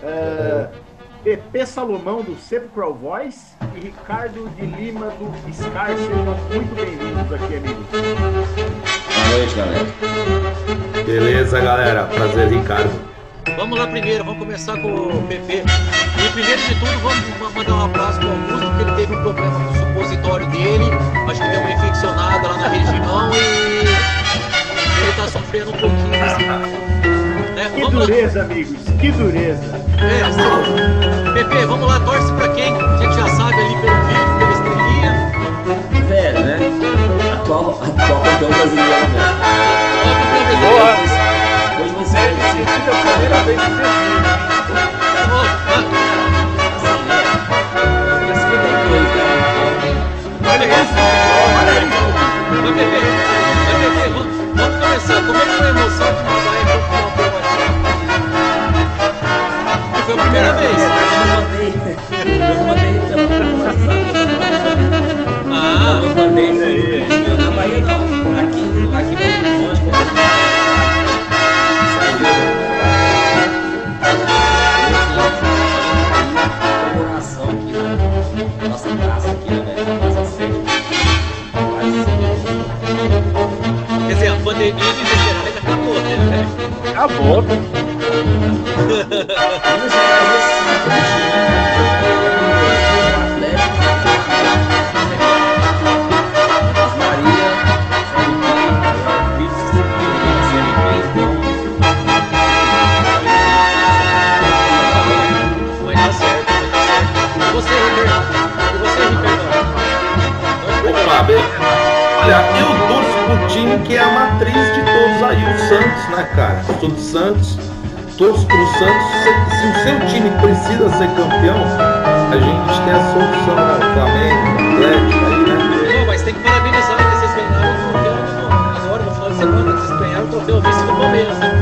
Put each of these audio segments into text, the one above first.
PP Salomão do Sepulchral Voice e Ricardo de Lima do Scar. Sejam muito bem-vindos aqui, amigos. Boa noite, galera. Beleza, galera. Prazer, Ricardo. Vamos lá primeiro, vamos começar com o PP. E primeiro de tudo, vamos mandar um abraço para o Augusto, porque ele teve um problema no supositório dele. Acho que deu uma infeccionada lá na região e ele está sofrendo um pouquinho desse. Né? Que dureza, amigos, que dureza. PP, vamos lá, torce pra quem? A gente já sabe ali pelo vídeo, pela estrelinha. Velho, né? Atual campeão brasileiro, né? Boa! Hoje vai ser a primeira vez que você viu. Assim, né? É 52, né? Olha isso! Olha isso! Mas, PP, vamos começar. Como é que foi a emoção de mandar aí pro campeão aqui? Foi a primeira vez. Eu mandei pela WhatsApp. Eu mandei na Bahia, não. Aqui no Horizonte, comemoração aqui na nossa praça aqui, né, velho? Na Praça 7. Quer dizer, a pandemia de Niterói acabou, né? Acabou. Olha, eu torço pro time que é a matriz de todos aí, o Santos, né, cara? Eu sou do Santos, torço pro Santos. Se o seu time precisa ser campeão, a gente tem a solução, né? O Flamengo, o Atlético aí, né? Não, mas tem que parabenizar, né? Vocês ganharam o troféu agora no final de semana, vocês ganharam o troféu vice do Palmeiras, né?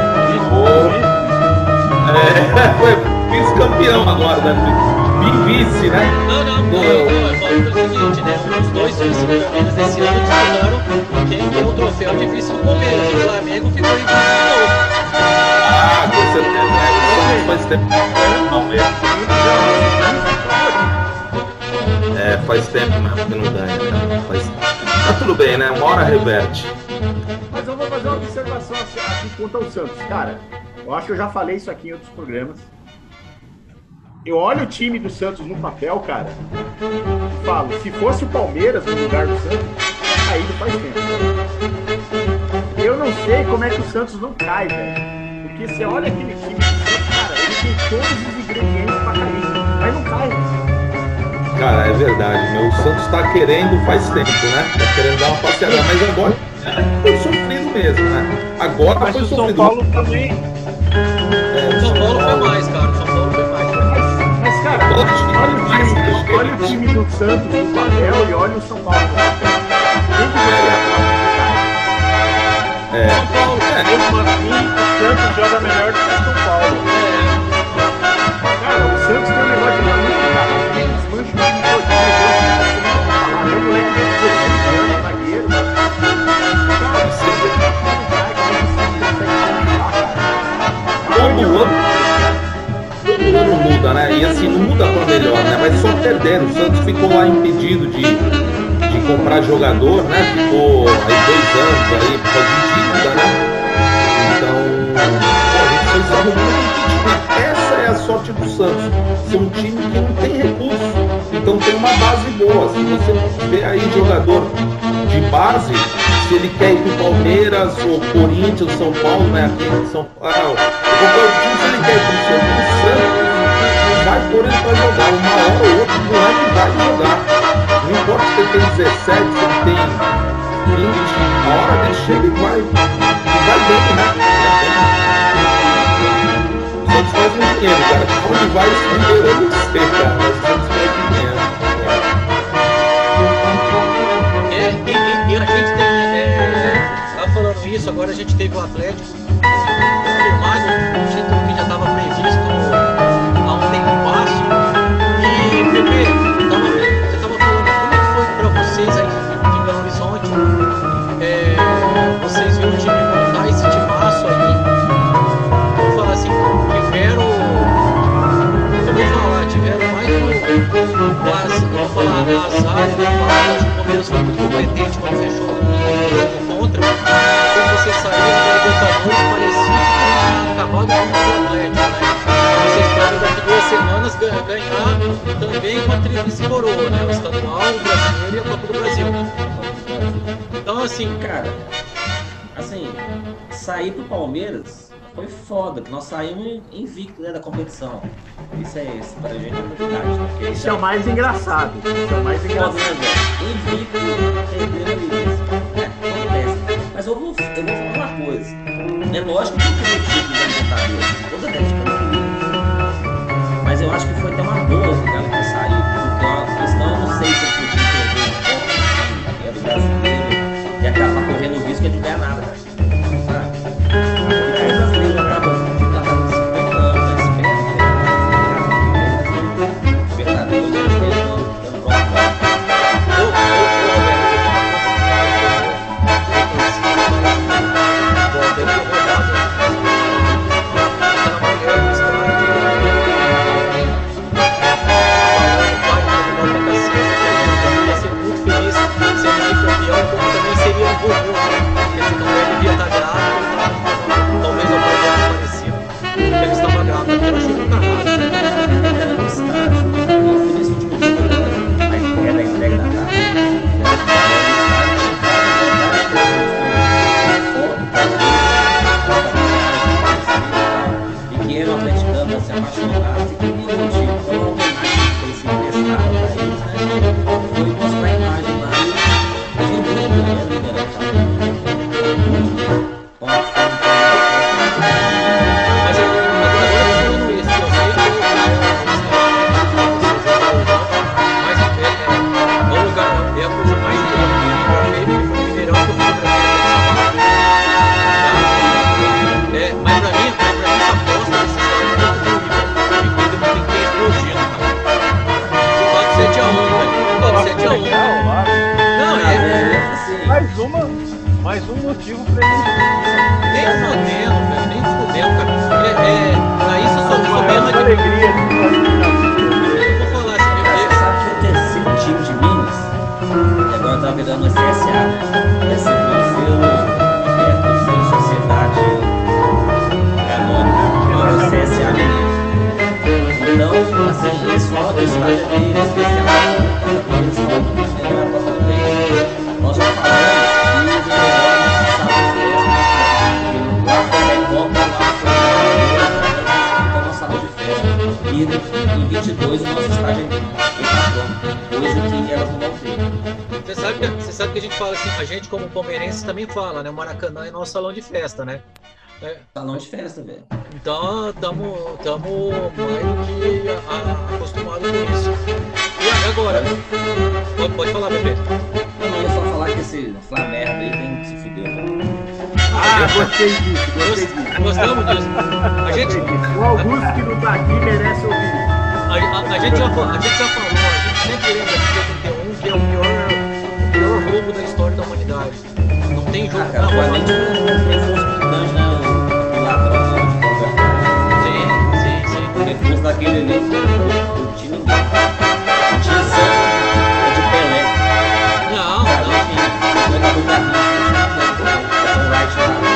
Foi vice-campeão agora, né? Vice, né? Não, eu falo pelo seguinte, né? Os dois vice-campeões desse ano disputaram quem ganhou o troféu de vice do Palmeiras. O Flamengo ficou em vice de novo. Ah, com certeza, né? Faz tempo que o Palmeiras. Faz tempo mesmo que não ganha, né? Tá tudo bem, né? Uma hora reverte. Mas eu vou fazer uma observação aqui quanto ao Santos. Cara, eu acho que eu já falei isso aqui em outros programas. Eu olho o time do Santos no papel, cara, e falo, se fosse o Palmeiras no lugar do Santos, tinha caído faz tempo. Eu não sei como é que o Santos não cai, velho. Porque você olha aquele time do Santos, cara, ele tem todos os ingredientes pra cair, mas não cai. Cara, é verdade, meu. O Santos tá querendo faz tempo, né? Tá querendo dar uma passeada, mas agora foi sofrido mesmo, né? Agora mas foi o sofrido. São Paulo também. O São Paulo foi mais, cara. O São Paulo foi mais. Mas cara, olha o time do Santos no papel e olha o São Paulo no papel. Quem que vai São Paulo, Mesmo assim, o Santos joga melhor do que o São Paulo. Cara, o Santos tem um negócio de maluco, cara. Eles mancham o time todinho, meu moleque tem 16 anos, zagueiro. Cara, você não vai Todo ano muda, né? E assim, não muda pra melhor, né? Mas só perdendo. O Santos ficou lá impedido de comprar jogador, né? Ficou aí 2 anos aí por causa de dívida, né? Então, a gente foi se arrumando. Essa é a sorte do Santos. Ser um time que não tem recurso. Então tem uma base boa. Se você vê aí jogador de base, se ele quer ir pro Palmeiras, ou Corinthians, São Paulo, né? Aqui em São Paulo. Qualquer time, se ele quer ir pro Santos, vai pôr ele pra jogar. Uma hora ou outra, o moleque vai jogar. Não importa se ele tem 17, se ele tem 20, a hora que ele chega e vai bem, né? O Santos faz um dinheiro, cara. Onde vai esse dinheiro eu não sei, cara. Mas o Santos faz dinheiro. E a gente tem. Tava falando isso, agora a gente teve o Atlético confirmado, um título que já estava previsto há um tempo baixo. E, Pepe, você estava falando como que foi para vocês aí de Belo Horizonte, vocês viram o time montar esse timaço aí, vamos falar assim, tiveram acho que o Palmeiras foi muito competente quando fechou o jogo contra. Quando você saiu da Libertadores, parecia que tinha acabado com o Atlético, né? Você espera daqui 2 semanas ganhar também com a tríplice coroa, né? O estadual, o brasileiro e a Copa do Brasil. Então, assim, Cara, assim, sair pro Palmeiras foi foda, que nós saímos invicto, né, da competição. Isso pra gente é novidade, né? Porque Isso é o mais engraçado. Isso é o mais foda, engraçado. né, velho? Invicto, perdeu isso. Acontece. Mas eu vou falar uma coisa. É lógico que eu queria o título da Libertadores. Toda vez que eu queria. Mas eu acho que foi até uma boa o cara que saiu. Porque senão eu não sei se eu podia perder um pouco assim, que é do brasileiro, e acabar correndo o risco de não ganhar nada, cara. Sabe? Porque o brasileiro acaba 50 anos, né? Libertadores, eu acho que eles não mais um motivo pra ele. Nem fodendo, velho, nem fodendo, cara. Aí você só mesmo de alegria. Vou falar assim, Você sabe que o terceiro time de Minas, e agora tá virando o CSA, né? Esse Cruzeiro Sociedade Canônica, agora é o CSA Mineiro. Então, assim, eles falam do estádio deles, eles falam da Copa 3. Nós já falamos. E em 22 o nosso estádio está pronto, coisa que elas não vão ter. Você sabe que a gente fala assim, a gente como palmeirense também fala, né? O Maracanã é nosso salão de festa, né? Salão de festa, velho. Então, tamo mais do que acostumado com isso. E agora? Pode falar, Pepe. Não, eu ia só falar que esse Flamengo aí tem que se fuder, velho. Gostei disso. Gostamos disso. A gente, o Augusto que não tá aqui merece ouvir isso. a gente já falou, a gente sempre lembra de 81, que é o pior roubo da história da humanidade. Não tem jogo. Cara, o Flamengo tem força grande, né? O ladrão de conversa. Sim. Tem força daquele ali, não tinha ninguém. Não tinha sangue, é de Pelé. Não. Jogador da Rita, o Wright lá.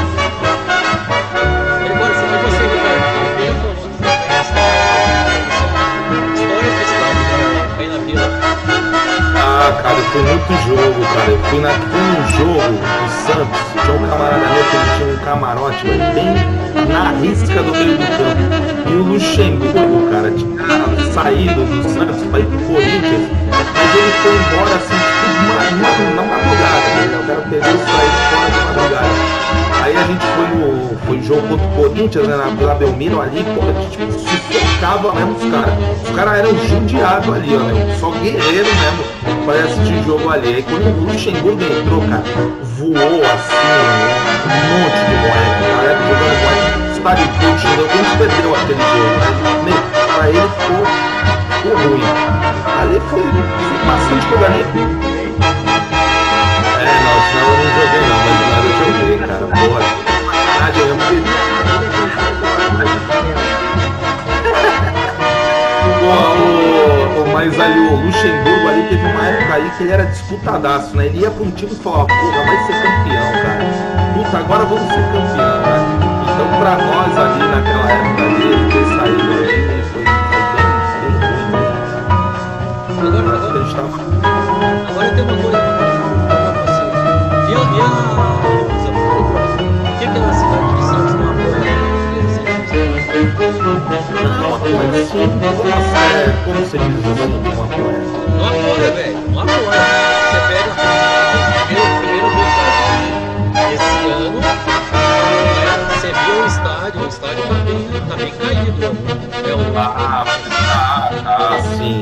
Agora, se você Ricardo, eu falou do Flamengo, história do estádio aí na Vila. Cara, eu fui muito jogo, cara. Eu fui num jogo do Santos. Tinha um camarada meu que ele tinha um camarote, mas bem na risca do meio do campo. E o Luxemburgo, cara, tinha saído do Santos pra ir pro Corinthians, mas ele foi embora assim, tipo, na madrugada, né? O cara pegou e saiu fora de madrugada. Aí a gente foi jogo contra o Corinthians, né, na Vila Belmiro ali, pô, a gente tipo, sufocava mesmo os caras. Os caras eram judiados ali, ó, né? Só guerreiro mesmo pra assistir jogo ali. Aí quando o Luxemburgo entrou, cara, voou assim, um monte de moleque, a galera jogando moleque, estádio todo, chegou, quando perdeu aquele jogo, né? Pra ele ficou ruim. Ali foi bastante coisa ali. Não, senão eu não joguei não, mas nada eu joguei, cara, porra. Mas ali o Luxemburgo ali teve uma época aí que ele era disputadaço, né? Ele ia pra um time e falava, porra, vai ser campeão, cara. Puta, agora vamos ser campeão, né? Então pra nós ali naquela época ali, ele ter saído ali foi bem ruim mesmo, cara. Agora tem uma coisa pra você. E a Lusa? Por que aquela cidade de Santos não apoia Não apoia sim, como você diz assim, não apoia? Não apoia, velho, não apoia. Você pega o primeiro resultado esse ano, né? Você viu o estádio tá bem caído. Sim,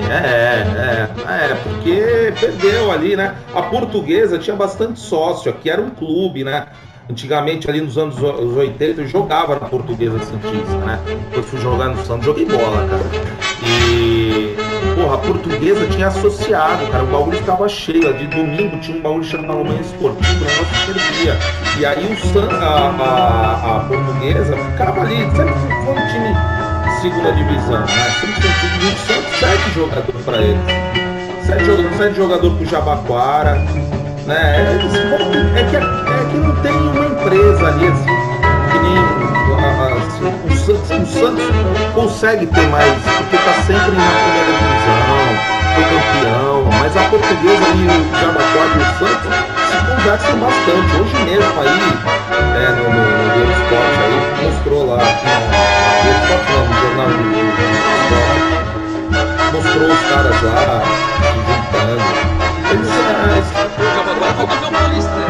porque perdeu ali, né? A Portuguesa tinha bastante sócio, aqui era um clube, né? Antigamente, ali nos anos 80, eu jogava na Portuguesa Santista, né? Depois fui jogar no Santos, joguei bola, cara. E, porra, a Portuguesa tinha associado, cara, o bagulho ficava cheio. De domingo tinha um bagulho chamado Manhã Esportivo, o negócio perdia. E aí a Portuguesa ficava ali, sempre foi um time de segunda divisão, né? Sempre foi um time de Santos, 7 jogadores pra eles. 7 jogadores pro Jabaquara. Né? É que não tem uma empresa ali assim, que nem o Santos consegue ter mais, porque tá sempre na primeira divisão, foi campeão, mas a Portuguesa e o Jabaquara e o Santos se conversam bastante. Hoje mesmo aí, no Globo Esporte aí, mostrou lá, no jornal do Esporte, mostrou os caras lá se juntando. O Jabaquara foi campeão paulista, né?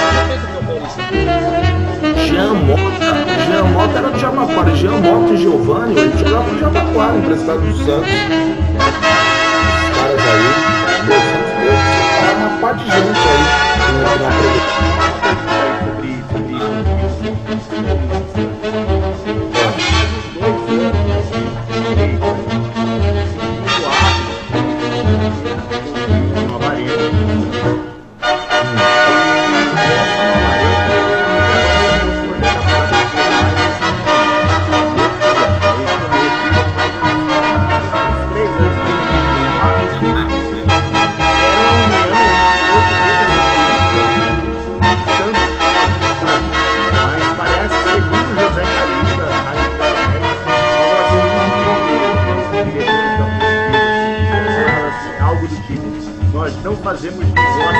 Jean Mota era do Jabaquara. Jean Mota e Giovanni, eles jogavam no Jabaquara, emprestado do Santos. Os caras aí, meu Santos, uma parte de gente aí. Não fazemos negócio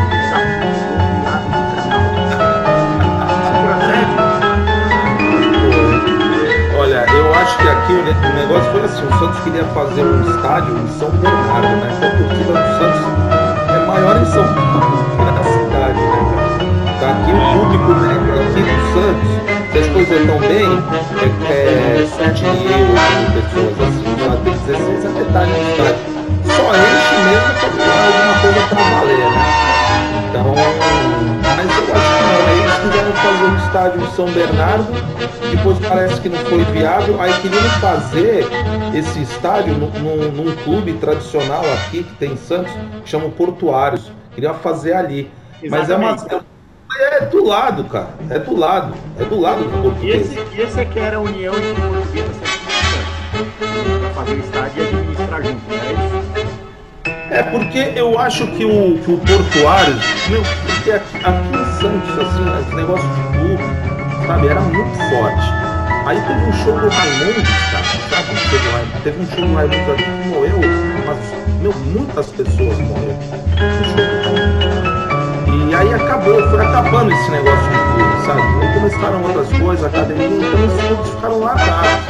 Olha, eu acho que aqui o negócio foi assim, o Santos queria fazer um estádio em São Bernardo, né? A torcida do Santos é maior em São Paulo que na cidade, né, cara? Tá aqui o público, né, aqui do Santos, se as coisas estão bem, 7 mil pessoas assim, lá tem 16 a metade do estádio. Só enche mesmo quando alguma coisa pra valer, né? Então, mas eu acho que não, eles quiseram fazer um estádio em São Bernardo, depois parece que não foi viável, aí queriam fazer esse estádio num clube tradicional aqui, que tem em Santos, que chama Portuários, queriam fazer ali. Exatamente. Mas é do lado, cara, é do lado do Português. E esse aqui era a união entre o Português e Santos, para fazer o estádio e administrar junto, não é isso? É porque eu acho que o Portuários, porque aqui em Santos, assim, esse negócio de clube, sabe, era muito forte. Aí teve um show do Raimundos, cara, sabe? Teve um show do Raimundos aqui que morreu, mas, muitas pessoas morreram no show do Raimundos. E aí foi acabando esse negócio de clube, sabe? Aí começaram outras coisas, academia, então os clubes ficaram largados.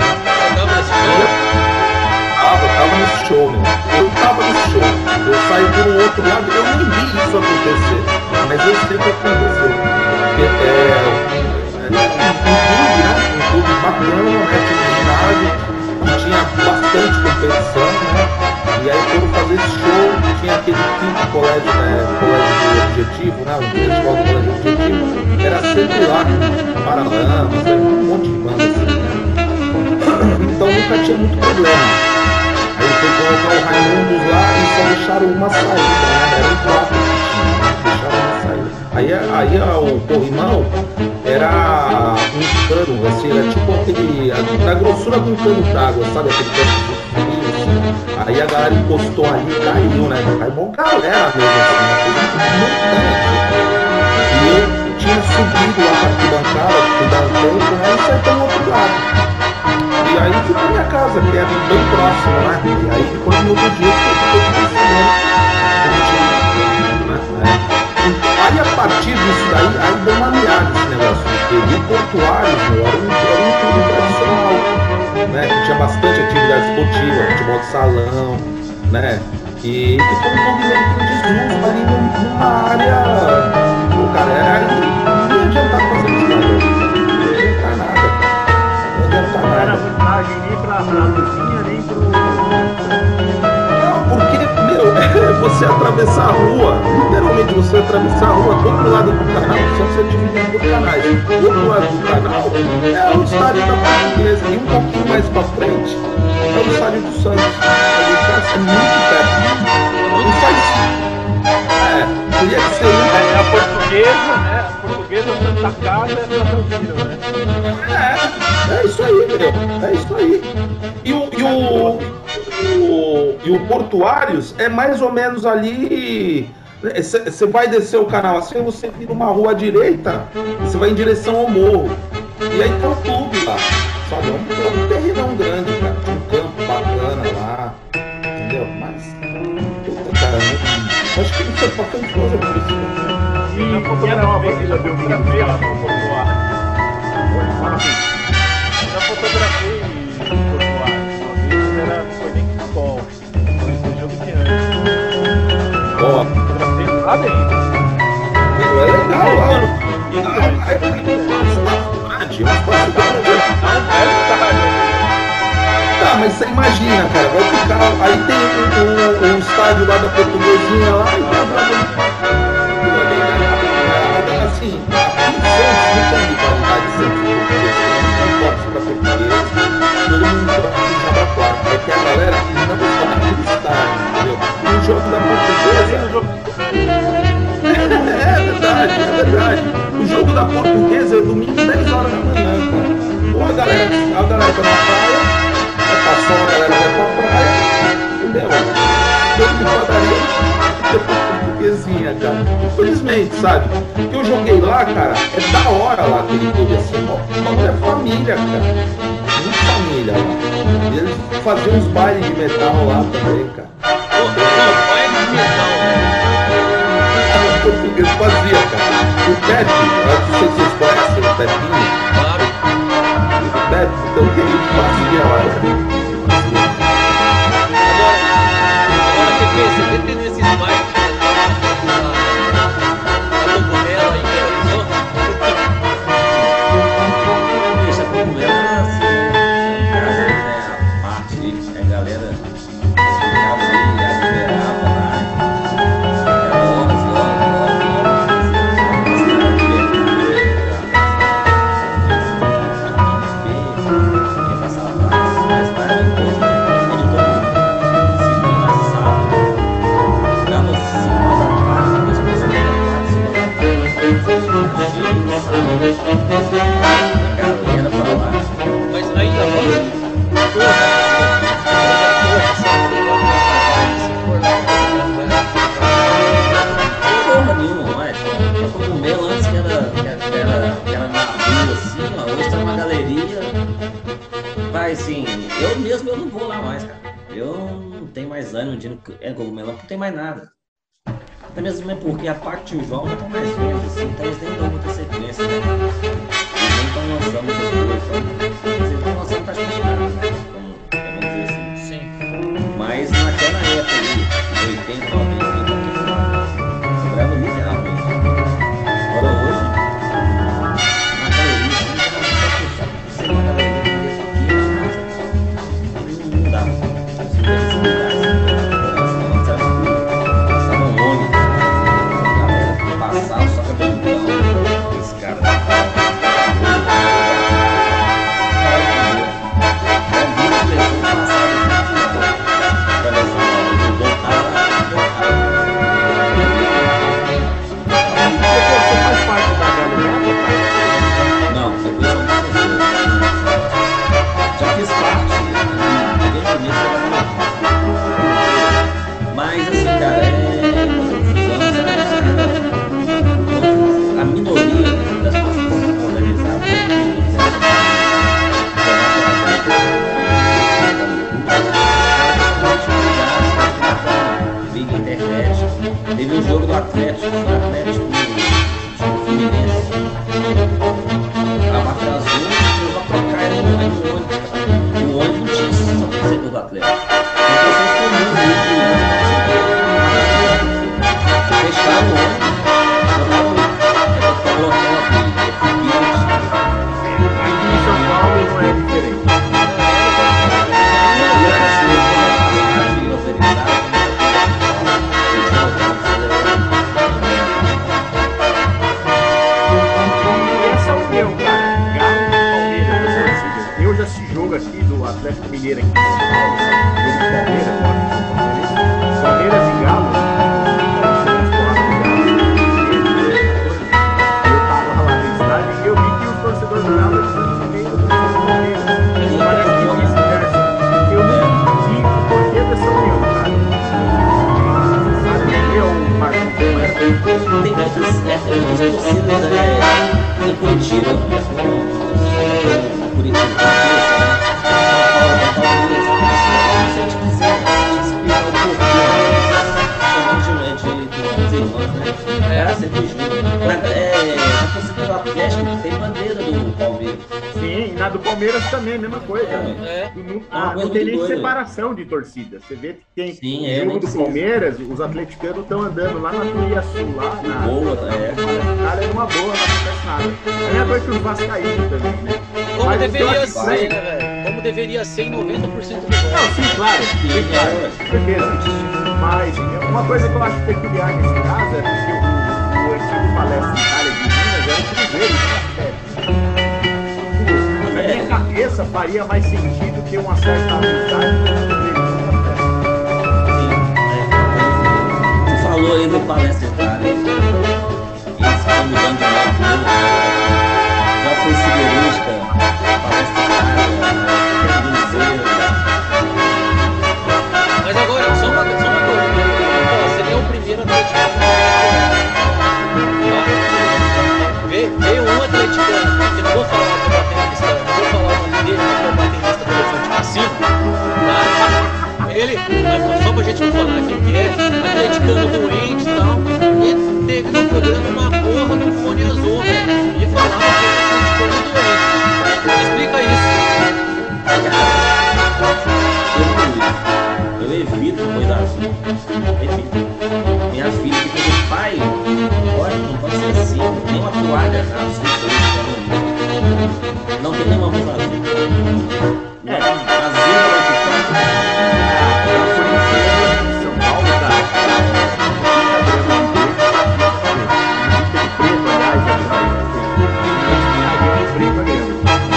Tava nesse show, né? Eu tava nesse show. Eu saí por um outro lado, eu nem vi isso acontecer. Mas eu sei que aconteceu. Porque um clube bacana, né? Tinha um ginásio, que tinha bastante competição, né? E aí foram fazer esse show, tinha aquele quinto colégio, né? Colégio do Objetivo, né? O festival do Colégio Objetivo. Era sempre lá com Paralamas, um monte de banda assim, né? Então nunca tinha muito problema. Aí foi colocar o Raimundos lá e só deixaram uma saída, né? Era um quarto que deixaram uma saída. Aí o corrimão era um cano, assim, era tipo aquele, da grossura de um cano d'água, sabe? Aquele cano de frio, assim. Aí a galera encostou ali e caiu, né? Caiu uma galera mesmo, assim, uma coisa montante. E eu tinha subido lá pra arquibancada, fui dar um tempo, né? E saí pelo outro lado. E aí fui pra minha casa, que era bem próximo, né? E aí depois no outro dia eu fiquei aí a partir disso daí, aí deu uma meada esse negócio. E o Portuários, meu, era um clube tradicional, né? Que tinha bastante atividade esportiva, futebol de salão, né? E foi um clube meio que desuso ali numa área. O cara não ia adiantar fazer isso, não ia adiantar nada, cara. Não ia adiantar Não era nada. vantagem nem pra Luzinha, nem pro. Não, porque, meu, você atravessar a rua, literalmente você atravessar a rua do outro lado do canal, só você dividindo por canais. Do outro lado do canal é o estádio da Portuguesa e um pouquinho mais pra frente é o estádio do Santos. Ali é muito perto. Não faz. Teria que ser É a Portuguesa, né? A Portuguesa, Santa Casa e a Santa Ciro, né? É isso aí, meu. É isso aí. E o Portuários é mais ou menos ali. Você vai descer o canal assim, você vira uma rua à direita, você vai em direção ao morro. E aí tá o clube lá. Sabe? É um terrenão grande, cara. Tem um campo bacana lá. Entendeu? Mas. Puta, cara, acho que não foi pra frente coisa por isso, né? E era uma bandeira do fotografia lá no Portuário. Fala assim. Já fotografei em Portuário. Uma vez foi nem futebol. Foi esse jogo de antes. Ó, Fotografei lá dentro. é legal lá. Tá, mas você imagina, cara, vai ficar. Aí tem um estádio lá da Portuguesinha lá e assim, não tem rivalidade sempre não pode ficar português, todo mundo troca de Jabaquara, porque a galera não está naquele estádio, entendeu? E o jogo da Portuguesa. É verdade. O jogo da Portuguesa é domingo 10 horas da manhã, cara. Ou a galera vai pra praia, vai sol, a galera vai pra praia, entendeu? Todo mundo padaria, depois Portuguesinha, cara. Infelizmente, sabe? Porque eu joguei lá, cara, é da hora lá aquele clube assim, ó. É família, cara. Muito família lá. E eles faziam uns bailes de metal lá também, cara. Baile de metal, velho. O português fazia, cara. O Pepe, não sei se vocês conhecem o Pepinho. Claro. O Pepe, então o que ele fazia lá, cara? Agora, Pepe, você vê tem nesses bailes de metal a Cogumelo aí em Belo Horizonte? Deixa a Cogumelo assim, casa, né? A parte ali, a galera ficava ali, já liberava lá. Era horas e horas e horas. Ia passar mais tarde, depois, quando todo mundo se viu mais sábado, dava 5 horas da tarde, depois começou a dar 5 horas da tarde, a galera pra lá. Mas ainda vai. Porra nenhuma mais. A Cogumelo antes que era na rua assim, ó, hoje tá numa galeria. Vai assim, eu não vou lá mais, cara. Eu não tenho mais ânimo de Cogumelo, porque não tem mais nada. Até mesmo porque a parte de João não tá mais vendo, assim, então eles nem dão muita sequência, né? Eles nem estão lançando muitas coisas, eles estão lançando praticamente nada, né? Vamos dizer assim. Sim. Mas naquela época ali, 80, 90, eu gravo literalmente. Agora hoje, na galeria, assim, só por ser uma galeria pequena, não dá. Assim, passava um ônibus, a galera passava só cabelo esse cara. Você faz parte da galinhada, cara? Não, depois eu não sei. Já fiz parte. Desde o início eu torcedor do Atlético. Então, pessoas comuns aí que fecharam o ônibus, botaram foguete. Aqui em São Paulo não é diferente. Essa é a união, cara. Galo, Palmeiras, eu já assisti jogo aqui do Atlético Mineiro aqui em São Paulo, jogo do Palmeiras, Palmeiras e Galo. Eu tava lá no estádio e eu vi que os torcedores do Galo estão no meio do torcedor do Palmeiras. Parece que vice-versa. Eu não entendi o porquê dessa união, cara. Você sabe que é o Marcos Tem muitas torcidas em Curitiba, tem bandeira do Palmeiras. Sim, na do Palmeiras também, a mesma coisa. Não tem nem separação de torcida. Você vê que tem jogo do Palmeiras, os atleticanos estão andando lá na Turiaçu, lá na cara, é uma boa, não acontece nada. É a mesma coisa que os vascaínos também, né? Como deveria ser, né, velho? Como deveria ser em 90% do jogo. Não, sim, claro, com certeza. Mas uma coisa que eu acho peculiar nesse caso é porque o antigo Palestra Itália de Minas era o Cruzeiro, na minha cabeça faria mais sentido ter uma certa amizade com o Cruzeiro. Você falou aí do Palestra Itália. Isso está mudando de lado. Já foi siderúrgica, Palestra Itália, Cruzeiro. Mas agora, só uma coisa. Seria o primeiro atleticano. Veio um atleticano, que não vou falar do baterista, não vou falar o nome dele, que é o baterista do Elefante Cassino. Ele, só pra gente não falar quem que é, atleticano doente e tal, e teve no programa uma porra no fone azul, velho, e falava que era atleticano doente. Explica isso. Eu evito coisa azul. Minha filha que tem pai, olha, não pode ser assim, nem uma toalha azul. Não tem nenhuma blusa azul. Azul vai ficar. São Paulo, cara. Preto, aliás, preto, aliás.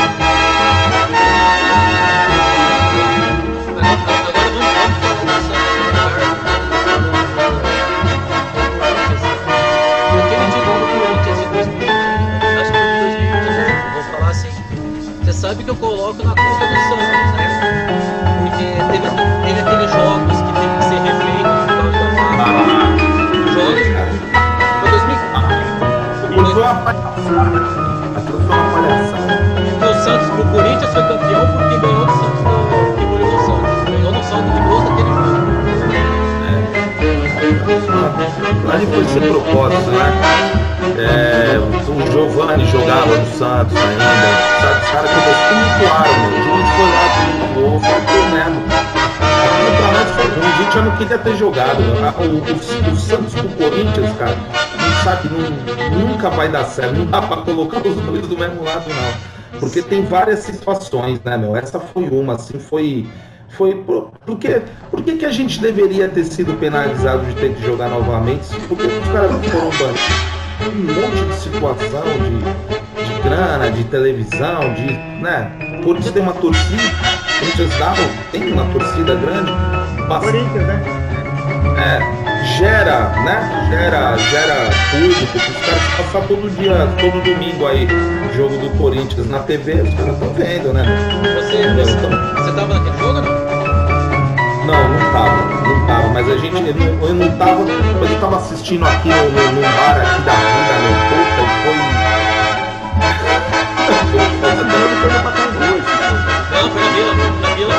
Sabe que eu coloco na conta do Santos, né? Porque teve aqueles jogos que tem que ser refeito por causa da máquina. Jogos foi 2004. Foi uma palhaçada. Aquilo foi uma palhaçada. O Santos pro Corinthians foi campeão porque ganhou do Santos que goleou o Santos. Ganhou no saldo de gols daquele jogo. Ali foi sem propósito, né? O Giovanni jogava no Santos ainda. Os caras começaram muito claro, mano. O Giovanni foi lá, foi mesmo. Aquilo pra nós foi ruim. A gente já não queria ter jogado. O Santos com o Corinthians, cara, não sabe, nunca vai dar certo. Não dá pra colocar os dois do mesmo lado, não. Porque tem várias situações, né, meu? Essa foi uma, assim, foi por que a gente deveria ter sido penalizado de ter que jogar novamente? Porque os caras não foram banidos. Um monte de situação de grana, de televisão, né? Por isso tem uma torcida, tem uma torcida grande, Corinthians, né? Gera público, os caras passam todo domingo aí, jogo do Corinthians na TV, os caras estão vendo, né? Você tava naquele jogo ou não? Não tava, mas eu não tava, mas eu tava assistindo aqui no bar aqui da vida, meu puta, e foi... Não, foi na Vila.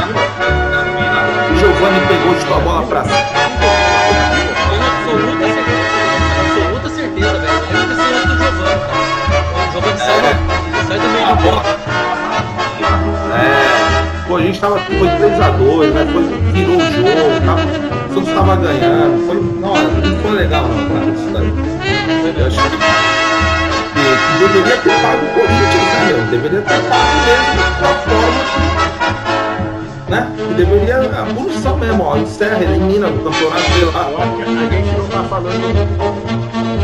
O Giovanni pegou de tua bola pra cima. Tenho absoluta certeza, velho. Eu lembro desse lance do Giovanni, cara. O Giovanni sai do meio do campo. Pô, a gente foi 3-2, né? Virou o jogo, tá? O Santos tava ganhando. Não foi legal não, cara, isso daí. Eu acho que deveria ter pago o Corinthians, né, meu? Deveria ter pago mesmo da forma que, né? Que deveria, a punição mesmo, ó, encerra, elimina o campeonato, sei lá. A gente não tá falando.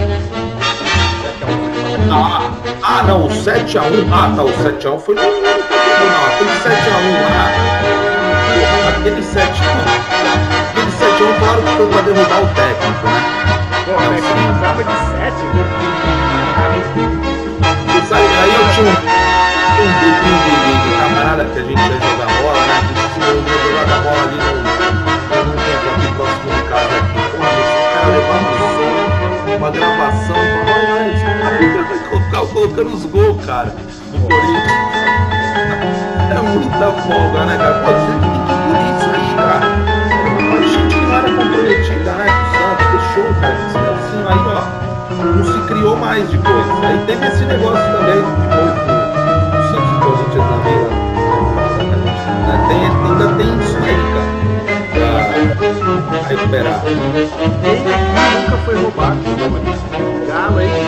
Não, o 7-1. Tá, o 7-1 foi no não, aquele 7-1 lá. Aquele 7-1, claro que foi pra derrubar o técnico, né? Pô, mas você não tava de 7, né? Aí eu tinha um grupinho de camarada que a gente ia jogar bola, né? A gente ia jogar bola ali no tempo aqui próximo de casa aqui. Porra, esse cara levando o som, uma gravação, e falando, olha, esse cara vai colocando os gols, cara, do Corinthians. É muita folga, né, cara? Pô, você tem que punir isso aí, cara. Mas a gente não era comprometida, né? O Santos deixou, cara. Assim, aí, ó, não se criou mais depois. Aí teve esse negócio também, depois do Santos e Corinthians na meia. Ainda tem isso aí, cara, pra recuperar. Nunca foi roubado, Galo aí.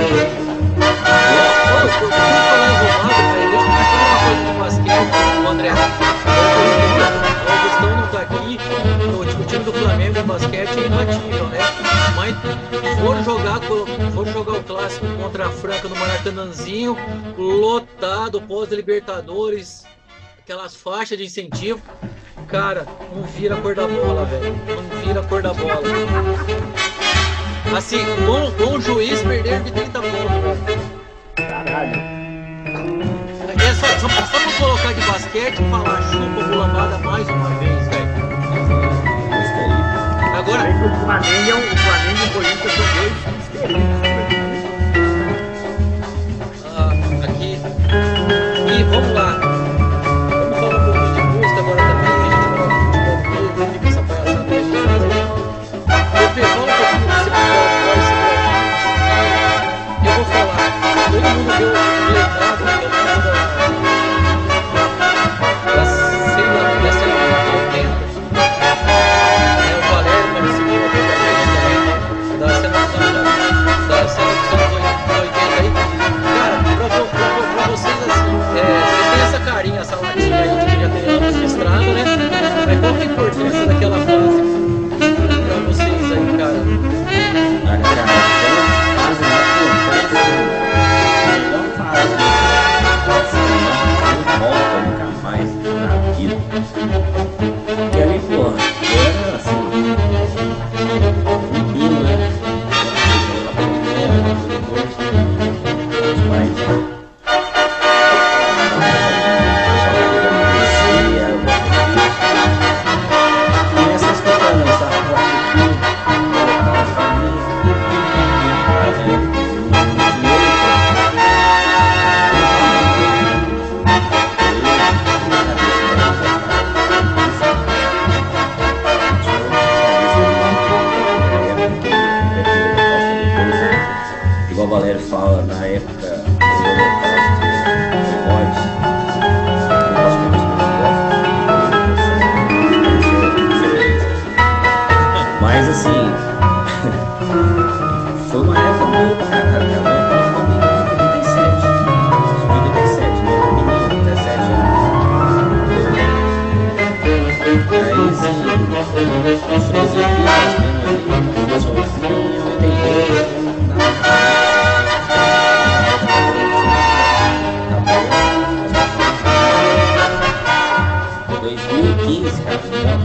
Por falar em roubado, velho, deixa eu falar uma coisa do basquete, André. O Augustão não tá aqui, o time do Flamengo de basquete é imbatível, né? Mas foram jogar o clássico contra a Franca no Maracanãzinho, lotado, pós-Libertadores, aquelas faixas de incentivo. Cara, não vira a cor da bola, velho. Não vira a cor da bola. Assim, com o juiz perderam de 30 pontos, velho. Caralho. É só pra colocar de basquete e falar chupa bulambada mais uma vez, velho. Agora. O Flamengo e o Corinthians são dois times queridos, velho. Aqui. E vamos lá. Vamos falar um pouquinho de música agora também. A gente fala de futebol mesmo, fica essa palhaçada que a gente faz aí. Eu falo um pouquinho desse voz. Eu vou falar. Todo mundo deu um legado, eu lembro da cena dos 80. O Valério participou também da cena dos anos 80 aí. Cara, pra vocês assim, você tem essa carinha, essa latinha aí de que já tem anos de estrada, né? Mas qual que é a importância daquela fase pra vocês aí, cara? Aquela fase lá, melhor fase. Não volta nunca mais na vida. E ali, porra, era assim. Um pino, né? Os pais, né? Começa a escutar essa porra aqui, colocar as famílias. Igual o Valério fala, na época do Holocausto, mas assim, foi uma época boa pra caralho. Minha mãe tava comigo em 87, né? Menino, 17 anos. Aí assim, os três aqui, sozinho, 88. Em 2015, cara,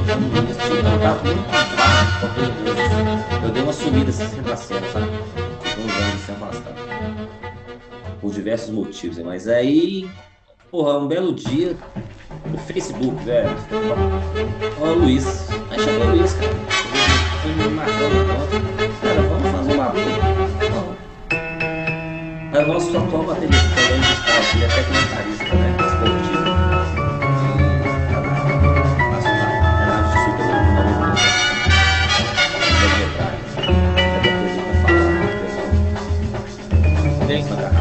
eu dei uma sumida assim, sem parceiro, sabe? Fiquei uns anos sem afastar. Por diversos motivos, né? Mas aí, porra, um belo dia, no Facebook, velho. Ó, Luiz. Aí chegou o Luiz, cara. Ele me marcou no ponto. Cara, vamos fazer um bagulho. Vamos. Aí o nosso atual baterista, que é o Gustavo, ele é até comentarista, né? Esportivo.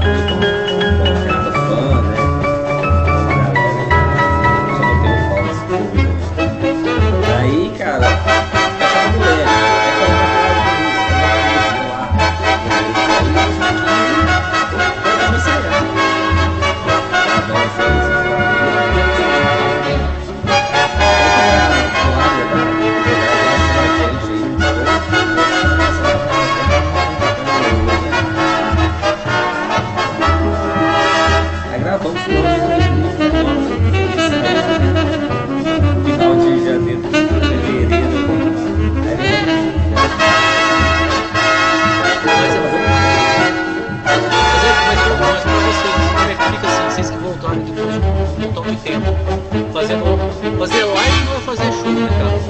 Fã, né? Uma galera, só não tem o Paulo.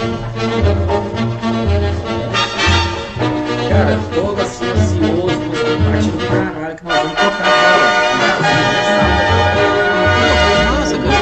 Cara, tô assim ansioso, mas tô partindo do caralho que nós vamos tocar agora no Brasil, né, sábado. Nossa, cara.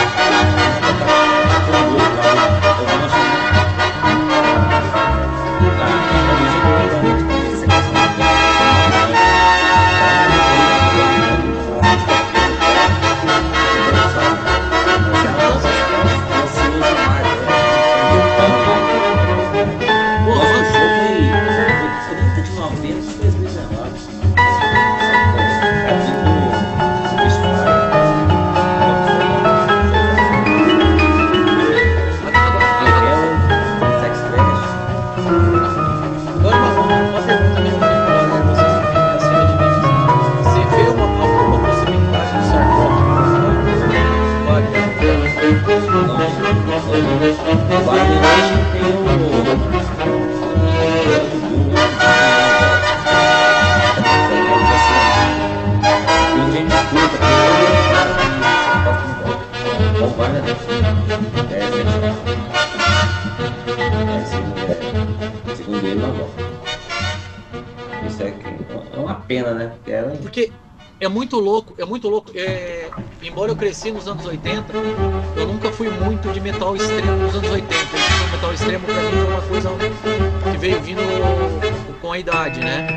Segundo ele, não volta. Isso é uma pena, né? Porque é muito louco, é muito louco. Embora eu cresci nos anos 80, eu nunca fui muito de metal extremo nos anos 80. O metal extremo pra mim foi uma coisa que veio vindo com a idade, né?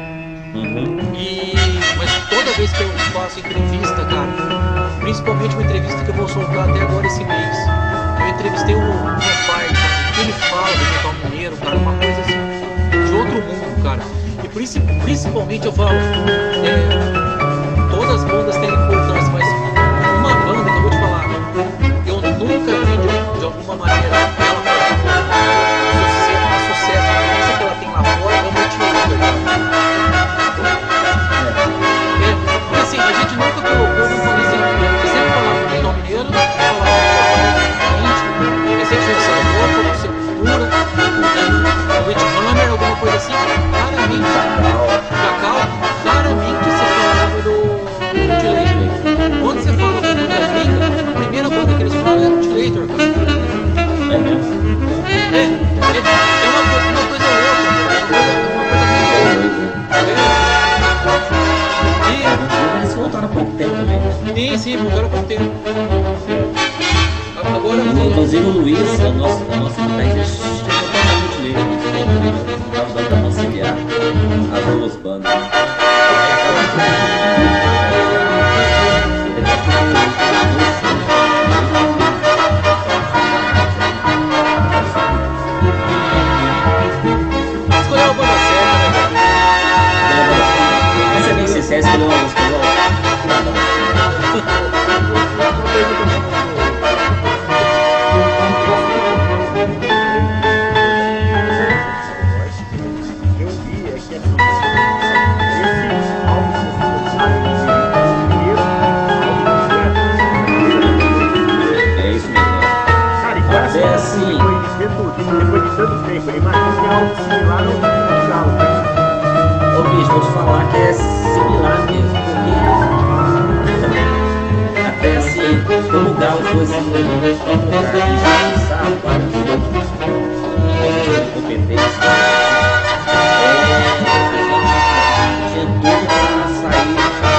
Mas toda vez que eu faço entrevista, cara, principalmente uma entrevista que eu vou soltar até agora esse mês, eu entrevistei o meu pai, o que ele fala do metal mineiro, cara, uma coisa assim, de outro mundo, cara. E principalmente eu falo, todas as bandas têm importância, mas uma banda que eu vou te falar, eu nunca vi de alguma maneira ela fazer sucesso, a diferença que ela tem lá fora é o Motivator. Porque assim, a gente nunca colocou, não falei assim, você sempre falava do metal mineiro, falava recente foi Sepultura, o Witchhammer, alguma coisa assim, claramente, Chacal, claramente você falava do Mutilator. Quando você fala do Banda Gringa, a primeira banda que eles falam é Mutilator, cara. É mesmo? É uma coisa louca, uma coisa E eles voltaram há pouco tempo também. Sim, voltaram há pouco tempo. Agora, inclusive o Luiz, o nosso guitarrista, chegou totalmente livre, estava dando para conciliar as duas bandas. Escolheu a banda certa, né? Mas é bem sincero, escolheu uma música depois de tanto tempo, imagina que é algo similar ao do Galo. Ô bicho, vou te falar que é similar mesmo, porque até assim, como o Galo foi assim, vamos colocar injustiçado vários outros de competência, a gente tinha tudo para sair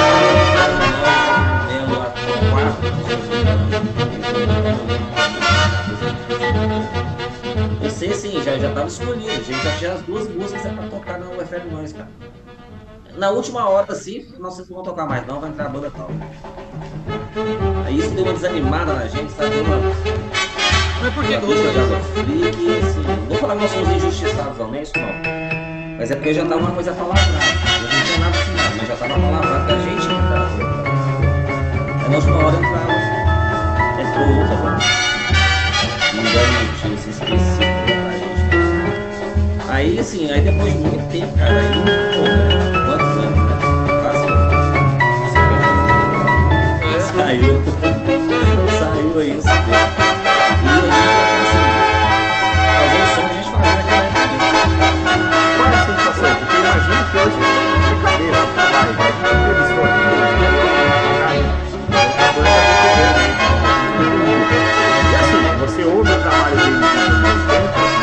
no quarto. Você sim, já estava escolhido, a gente já tinha as duas músicas para tocar na UFL Nós, cara. Na última hora, assim, não, vocês não vão tocar mais não, vai entrar a banda tal. Aí isso deu uma desanimada na gente, sabe? Mas por que eu assim, não vou falar que nós somos injustiçados, não é isso não. Mas é porque já estava uma coisa palavrada. Eu não tinha nada assim, mas já estava palavrado que a gente entrava por aí. Aí na última hora entrou outra banda. Não dando motivo assim, específico pra gente. Aí assim, aí depois de muito tempo, cara, aí, pô, né? Quantos anos, né? Quase 50 anos. Saiu aí, não sei o quê. E a gente assim, fazer o som que a gente fazia naquela época. Qual é a sensação? Porque imagina que hoje de cabeça, vai ter entrevistou aqui, e assim, você ouve o trabalho dele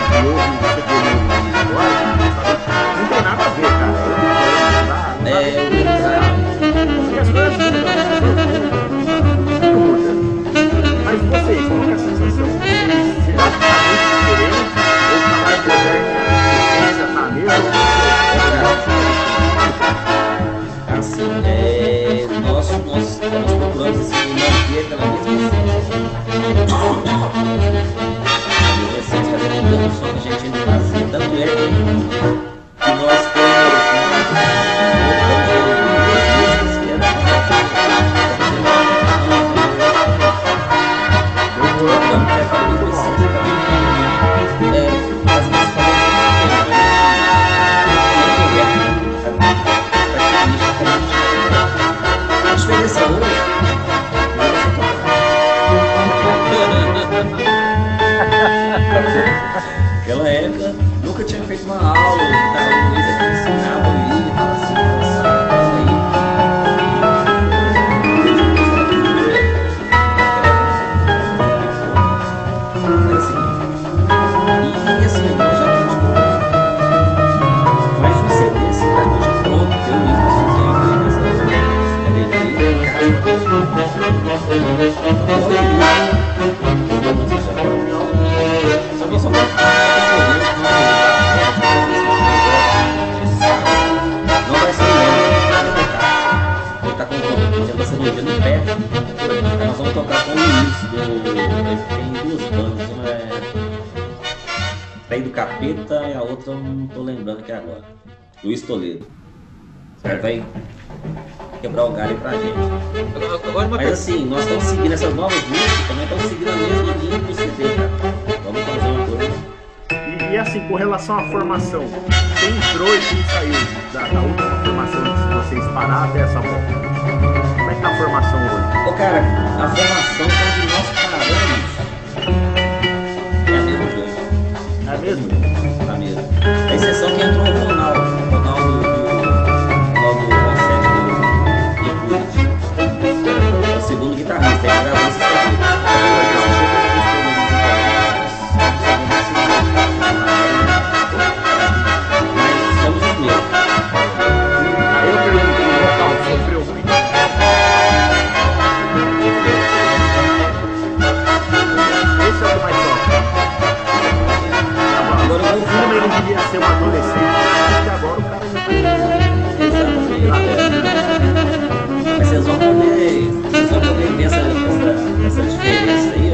Naquela época, nunca tinha feito uma aula, tá? O Luiz aqui ensinava ali, tava assim, nós vamos tocar com o Luiz, tem duas bandas, uma é Pé do Capeta e a outra eu não tô lembrando aqui agora. Luiz Toledo. Ele vai quebrar o galho pra gente. Mas assim, nós estamos seguindo essas novas músicas, também estamos seguindo a mesma linha do CD, cara. Vamos fazer uma coisa. E assim, com relação à formação, quem entrou e quem saiu da última formação antes de vocês parar até essa volta? Como é que tá a formação hoje? Ô cara, a formação quando nós paramos é a mesma coisa. É mesmo? É a mesma. A exceção que entrou o Ronaldo Rossetti do Ipurity. É o segundo guitarrista, ele gravou esse CD. Mas somos os mesmos. Aí eu pergunto, o vocal sofreu muito? Esse é o que mais sofre. Agora, o filme ele devia ser um adolescente, porque agora o cara já tá... Exatamente. Mas vocês vão poder ver essa diferença aí, ó.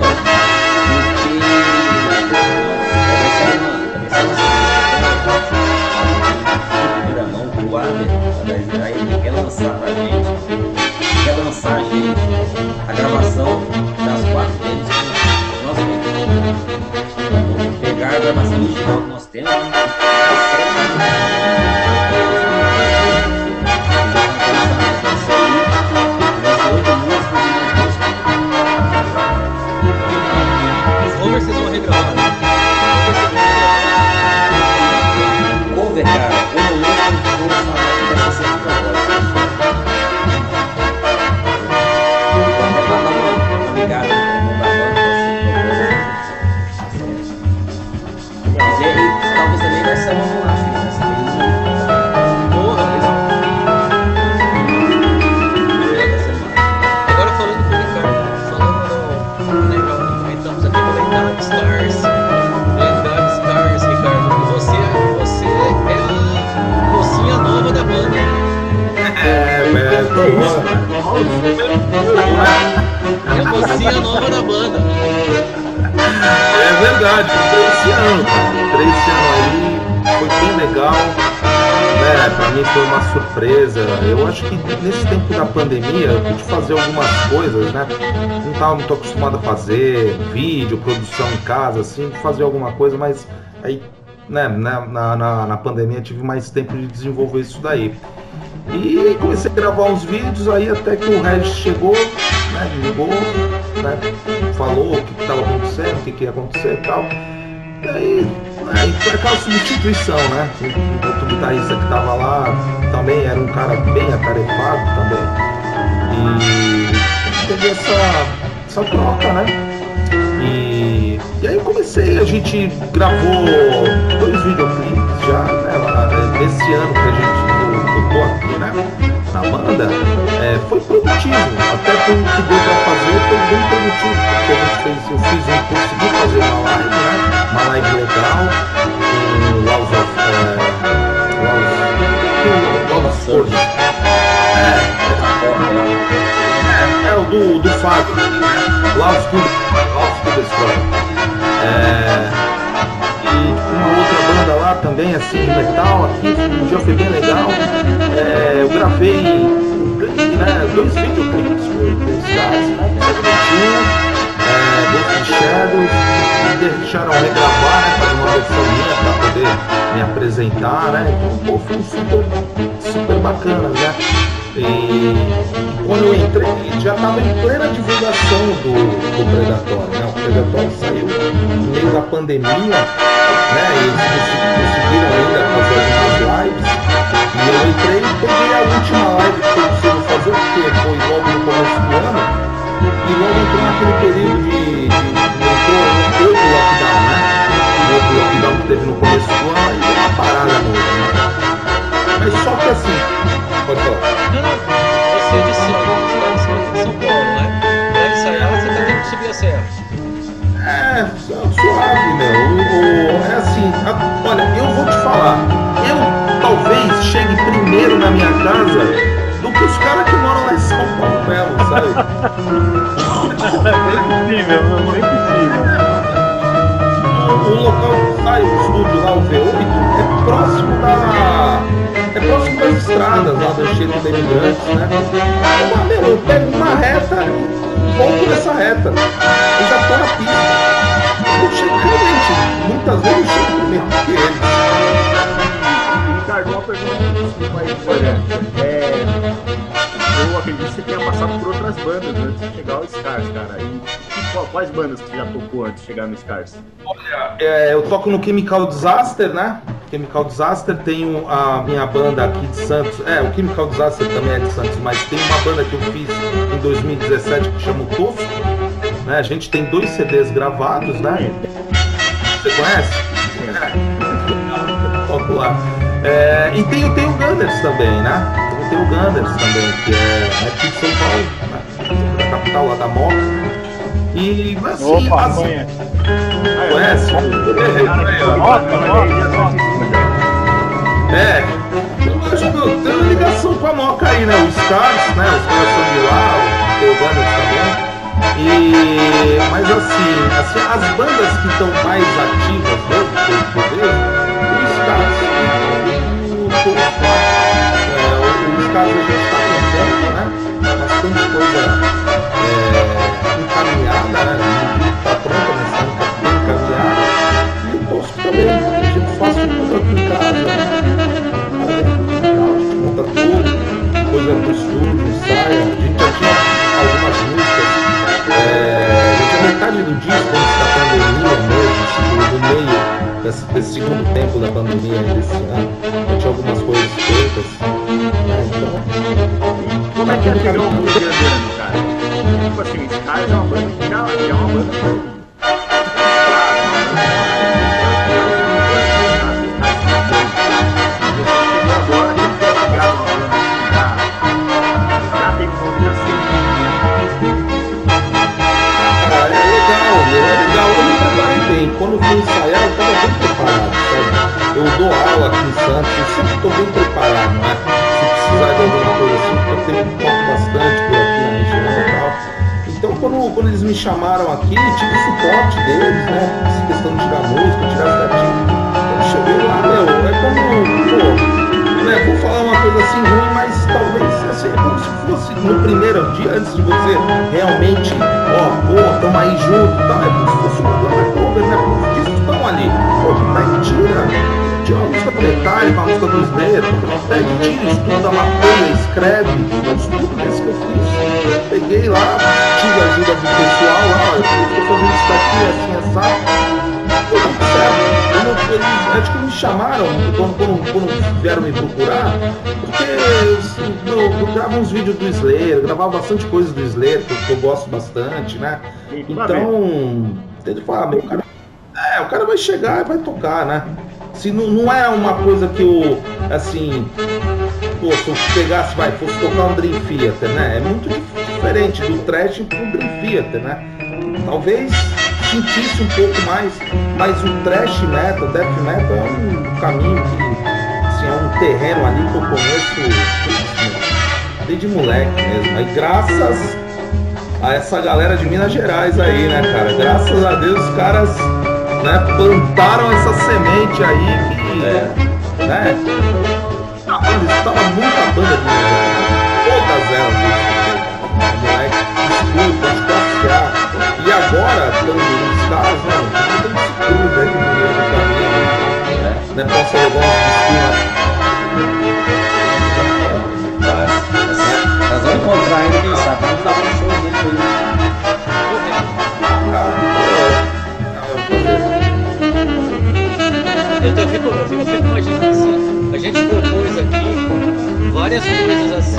Primeira mão, o Abel, aí ele quer lançar pra gente, quer lançar a gente, a gravação das 4 deles com nós mesmos. Vamos pegar a gravação original que nós temos, Vocês vão regravar. cover, cara, eu não lembro como falar dessa segunda voz. Vou até mandar uma ligada no da banda. Mas ele talvez também vai ser uma bolacha, vai ser meio... Porra, pessoal. Agora falando com o Ricardo, comentamos aqui pela Dark Stars, Ricardo, você é a mocinha nova da banda. É a mocinha nova da banda. É verdade, entrei esse ano, cara. Entrei esse ano aí, foi bem legal. Pra mim foi uma surpresa. Eu acho que nesse tempo da pandemia eu pude fazer algumas coisas, né? Não estava muito acostumado a fazer vídeo, produção em casa, assim, fazer alguma coisa, mas aí, né, na pandemia eu tive mais tempo de desenvolver isso daí. E comecei a gravar uns vídeos aí até que o Regis chegou, né, ligou, né, falou o que estava acontecendo, o que ia acontecer e tal. E aí foi aquela substituição, né? O outro guitarrista que estava lá também era um cara bem atarefado também. E teve essa troca, né? E aí eu comecei, a gente gravou 2 videoclipes já, né? Nesse ano que eu tô aqui, né? Na banda, foi produtivo, até pelo que deu pra fazer foi bem produtivo, porque eu consegui fazer uma live, né? Uma live legal, com Laws of Force. O do Fábio, né? Laws to Destroy. E uma outra banda lá também, assim, de metal, aqui, um dia foi bem legal. Eu gravei, né, 2 videoclipes com os caras, né? Ghost Shadows, me deixaram regravar, né, fazer uma versão minha para poder me apresentar, né? Então, pô, foi super bacana, né? E quando eu entrei, já estava em plena divulgação do Predatório, né? O Predatório saiu no meio da pandemia, né? Eles conseguiram ainda fazer algumas lives. E eu entrei e peguei a última live que foi possível fazer, porque foi logo no começo do ano. E logo entrou naquele período entrou outro lockdown, né? O outro lockdown que teve no começo do ano, aí deu uma parada mesmo, né? Mas só que assim, pode falar. Não, você é de Santos, você tá em São Paulo, né? Pra ensaiar, você tá tendo que subir a serra. É, suave, meu. É assim, olha, eu vou te falar, eu talvez chegue primeiro na minha casa do que os caras que moram lá em São Paulo mesmo, sabe? Nem possível. O local que sai o estúdio lá, o V8, é próximo das estradas lá do Anchieta da Imigrantes, né? Eu pego uma reta e volto nessa reta. Eu já tô na pista. Eu chego realmente, muitas vezes eu chego primeiro que eles. Ricardo, uma pergunta desculpa aí, olha. Eu acredito que você tenha passado por outras bandas antes de chegar ao Scars, cara. E quais bandas você já tocou antes de chegar no Scars? Olha, eu toco no Chemical Disaster, né? Chemical Disaster, tenho a minha banda aqui de Santos. O Chemical Disaster também é de Santos, mas tem uma banda que eu fiz em 2017 que chama o Tosco, né? A gente tem 2 CDs gravados, né? Você conhece? Toco lá. E tem o Gunners também, né? Tem o Gunners também, que é aqui de São Paulo, né? Da capital lá da Moca. E assim, Opa, conhece? Eu tenho uma ligação com a Moca aí, né? Os Scars, né? Os caras são de lá, tem o Gunners também. Mas assim, as bandas que estão mais ativas mesmo, que eu vejo, os Scars e o Tosco. Os caras a gente está tentando, né? Bastante coisa encaminhada, né? Está pronta, mas está bem encaminhada. E o Tosco também, a gente faz tudo aqui em casa, né? A gente monta tudo, coisa pro estúdio, ensaia. A gente já tinha algumas músicas, já tinha metade do disco antes da pandemia mesmo, assim, no meio desse segundo tempo da pandemia desse ano. Já tinha algumas coisas feitas. Como é que é pegar um mundo grandano, cara? Tipo assim, esse cara é uma banda que já é uma banda. Agora que quer pegar uma banda que já tem combinação. É legal. Eu me preparei bem. Quando eu fui ensaiar, eu estava bem preparado, sabe? Eu dou aula aqui em Santos, eu sempre estou bem preparado, né? Precisar de alguma coisa assim, porque eu tenho toco bastante por aqui na região e tal. Então quando eles me chamaram aqui, tive suporte deles, né? Essa questão de tirar música, tirar certinho. Eu cheguei lá, é como, né? Vou falar uma coisa assim ruim, mas talvez assim, é como se fosse no primeiro dia, antes de você realmente, tamo aí junto e tal, é como se fosse uma banda cover, né? Os discos estão ali. Tira uma música planetária, uma música do Slayer, tira, estuda, mapeia, escreve, tudo isso que eu fiz. Peguei lá, tive a ajuda do pessoal lá, eu estou fazendo isso daqui, assim, assado. Foi tudo certo. Acho que me chamaram quando vieram me procurar, porque eu gravo uns vídeos do Slayer, eu gravava bastante coisa do Slayer, que eu gosto bastante, né? Então, tem que falar, meu cara. O cara vai chegar e vai tocar, né? Se não é uma coisa que eu, assim, se eu pegasse, fosse tocar um Dream Theater, né? É muito diferente do thrash para um Dream Theater, né? Talvez sentisse um pouco mais, mas o thrash metal, death metal é um caminho que, assim, é um terreno ali que eu conheço desde moleque mesmo. Aí graças a essa galera de Minas Gerais aí, né, cara? Graças a Deus os caras, né, plantaram essa semente aí que, né, estava muita banda de Minas Gerais, todas elas eu escutei, moleque, escuta, de classe A, e agora, estando nos caras, né, tem esse cruz aí no meio do caminho, né, posso levar Nós vamos encontrar ele, quem sabe, vamos dar um show dele aí. eu fico imaginando assim, a gente propôs aqui várias coisas assim,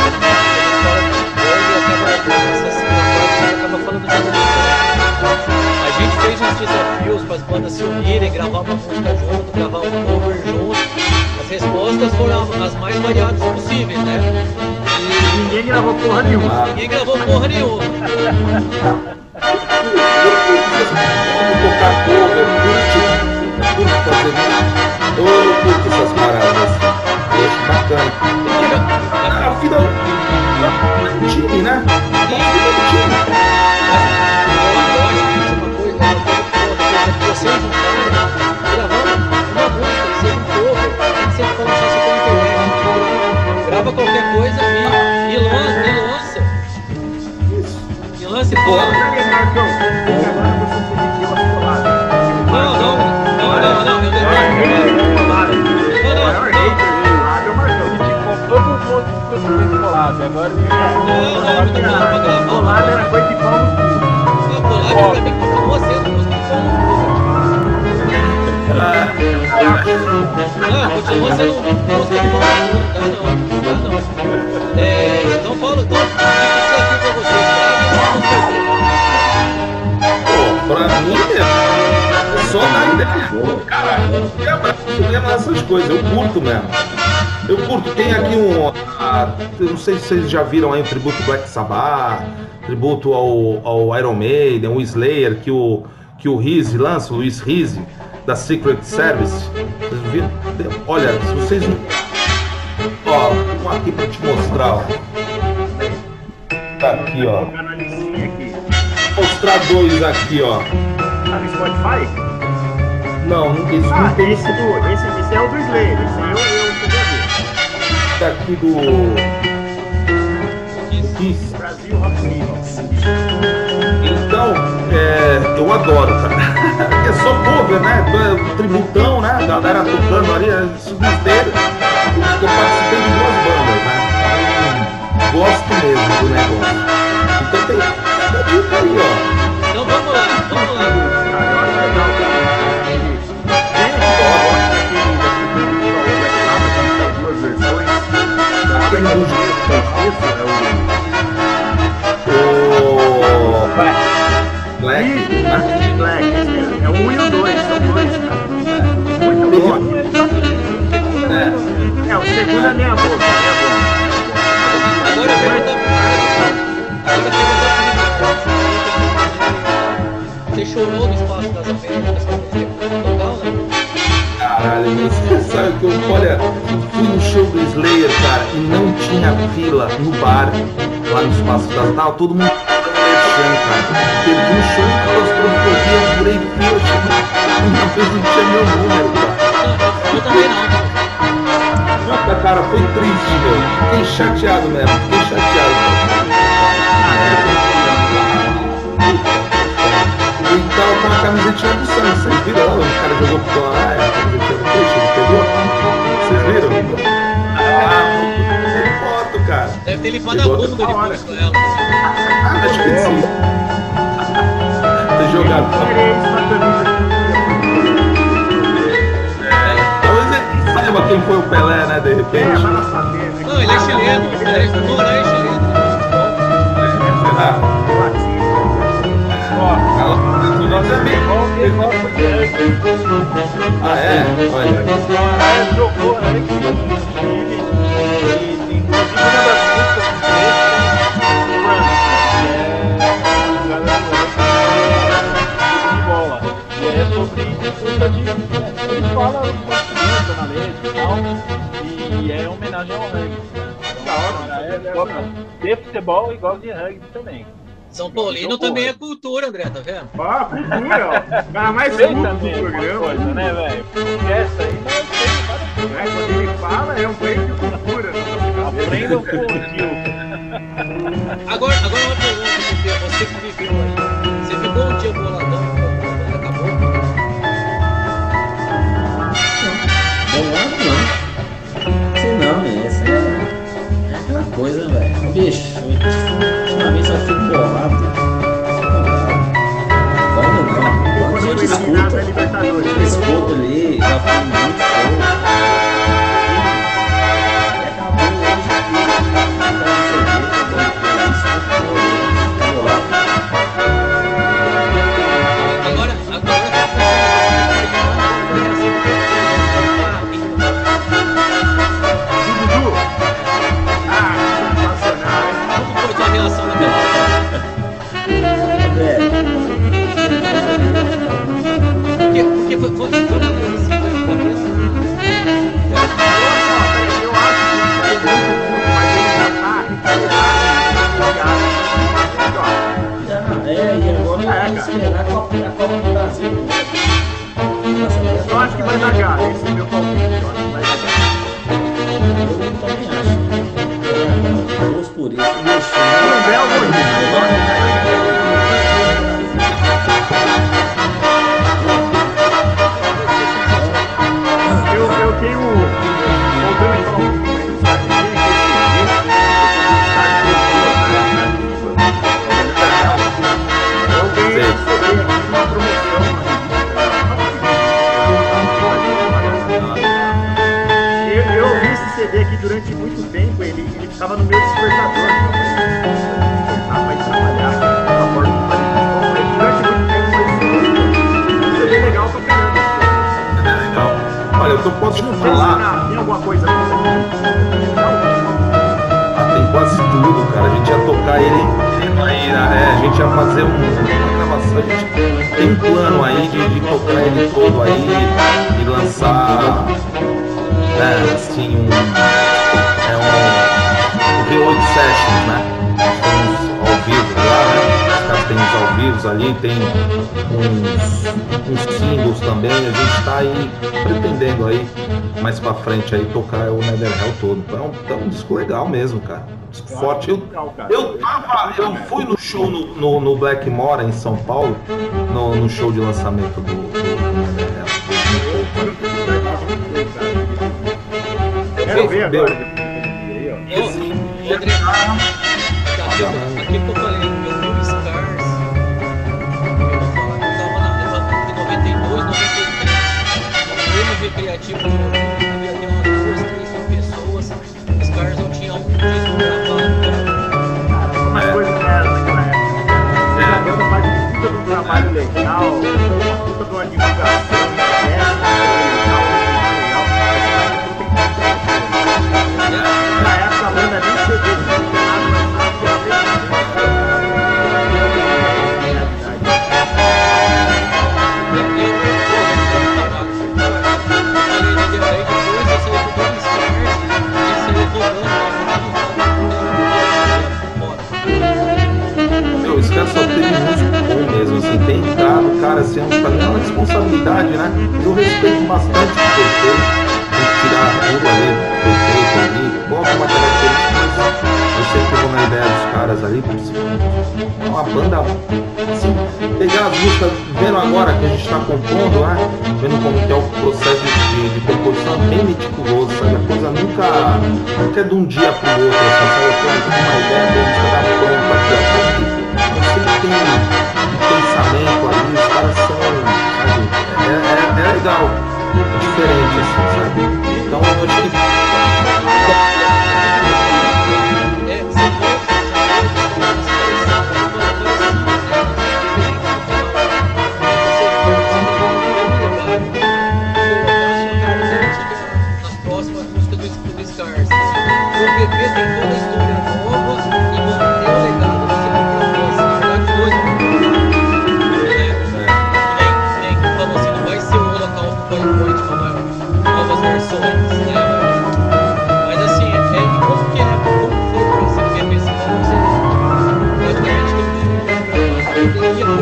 acaba falando de a gente fez uns desafios para as bandas se unirem, gravar uma música junto, gravar um cover junto. As respostas foram as mais variadas possíveis, né? E ninguém gravou porra nenhuma. Ninguém gravou porra nenhuma. Tocar cover, curto fazer isso. Eu curto essas paradas. Eu acho bacana. A vida é um time, né? A vida é um time. Eu acho que isso é uma coisa que vocês juntarem, gravando uma música, que seja um cover, tem que ser pra lançar isso pela internet. Grava qualquer coisa e lança. E lança e fora. Marcão, agora você se pediu as coladas. Não. Todo mundo ficou colado. Agora Colada era coisa de pau no cu. Colada pra mim, pra você, eu não gostei de pau no cu. Continua sendo música de pau no cu, tá não. Então fala, fica o desafio pra vocês. Pô, pra mim é só dar ideia. Caralho, eu lembro essas coisas, eu curto mesmo. Eu curto, tem aqui eu não sei se vocês já viram aí um tributo Black Sabbath, tributo ao Iron Maiden, o Slayer, que o Rizzi lança, o Luiz Rizzi, da Secret Service. Vocês viram? Olha, se vocês não... Ó, um aqui pra te mostrar, ó. Tá aqui, ó. Vou mostrar dois aqui, ó. Tá no Spotify? Não, isso não tem. Esse é o do Slayer, esse aí eu cheguei a ver. Tá aqui do Kiss. Brasil Rock City. Então, eu adoro, cara. É só cover, né? Tributão, né? A galera tocando ali, substeiro. Eu participei de 2 bandas, né? Gosto mesmo do negócio. Então tem a dica aí, ó. Então vamos lá. Cara, eu acho legal, cara. Tem aqui, ó, daquele duas versões. Aquele do Black. É o 1 e o 2, são 2, cara. Muito bom. O segundo é meia boca, Agora você chorou no Espaço das Américas, total, né? Caralho, você sabe que olha, eu fui no show do Slayer, cara, e não tinha fila no bar, lá no Espaço das Américas, todo mundo cara. Perdi um show de claustrofobia, eu furei fila, uma vez não tinha meu número, cara. Eu também não. Puta, cara, foi triste, meu. Fiquei chateado mesmo, E tava com a camisetinha do Santos, vocês viram lá? O cara jogou pro lá, a camisetinha do Peixe, ele pegou? Vocês viram? Tem foto, cara. Deve ter limpado a bunda depois com ela. Acho que sim. Ter jogado. Talvez ele saiba quem foi o Pelé, né? De repente. Não, ele é chileno. Ele é chileno. Será? O nosso amigo. Ah, é? Olha. Jogou aqui. E inclusive uma das bola. E é sobre disputa de. Ele fala disputa na letra e tal. E é homenagem ao rugby. Da hora, de futebol e gosta de rugby também. São Paulino também é cultura, André, tá vendo? Ah, cultura, ó. Cara mais culto do programa. Coisa, né, velho? Porque essa aí não é quando ele fala, é um banho de cultura. Aprendam com o Gil. Agora uma pergunta, porque você que viveu aí. Você ficou um dia boladão quando acabou? Bolado não. Sei não, né? Essa é aquela coisa, velho. Bicho, ultimamente só fico bolado. Agora não. Quando a gente escuta ali, já muito show. E acabou hoje aqui, então você vê que isso acabou lá. Agora Dudu. Sensacional. como foi tua reação naquela hora? André, Porque foi uma coisa assim, foi uma coisa. Eu acho que ele vai muito, mas ele já tá e agora vamos esperar a Copa do Brasil. eu acho que vai dar gado. Esse é meu palpite. Eu acho que vai dar gado. Eu também acho. Vamos por isso. O Bel eu tenho. Voltando a falar um pouquinho mais do eu ganhei esse CD aqui numa promoção. Eu ouvi esse CD aqui durante muito tempo, ele ficava no meu despertador. Vai trabalhar na porta do país. Durante muito tempo foi um CD legal pra caramba. Legal. Olha, o que eu posso te Não sei falar. se tem alguma coisa pra você. Tem quase tudo, cara. A gente ia tocar ele aí, a gente ia fazer uma gravação. A gente tem um plano aí de tocar ele todo aí e lançar assim um V8 Sessions, né? Temos ao vivo lá, né? Os caras têm uns ao vivos ali, tem uns singles também. A gente tá aí pretendendo aí mais pra frente aí tocar o Netherhell todo. Então é um disco legal mesmo, cara. Disco forte. Eu fui no show no Blackmore em São Paulo, no show de lançamento do Netherhell. Quero ver agora. André, aquilo que eu falei, eu vi o Scars, eu tava em 92, 93, no MV Criativo, havia umas 2, 3 pessoas, os Scars não tinham um disco gravado. Umas coisas que eram naquela época. A banda faz um puta de um trabalho legal, uma puta de uma divulgação, na época a banda nem CD não tinha nada, mas não tinha Meu, esse cara só teve músico bom mesmo, assim, tem entrado, cara, assim, pra mim é uma responsabilidade, né? Eu respeito bastante o que foi feito, tem que tirar tudo ali, foi feito ali, coloca uma característica, eu sempre vou na ideia dos caras ali, é uma banda, assim, pegar as músicas, vendo agora que a gente tá compondo, né? Vendo como que é o processo de composição, é bem meticuloso, sabe? A coisa nunca é de um dia pro outro, assim, sabe? Eu tenho uma ideia, a música tá pronta aqui, ó, sempre tem um pensamento ali, os caras são, sabe? É legal, é diferente, assim, sabe? Então eu acho que nas próximas músicas do Scars. O bebê tem toda a história nova e manter o legado do seu propósito. Na verdade, dois nem falou assim, não vai ser o Holocausto PowerPoint, novas versões, né? Mas assim, como foi pra você o bebê? Se não você praticamente teve um disco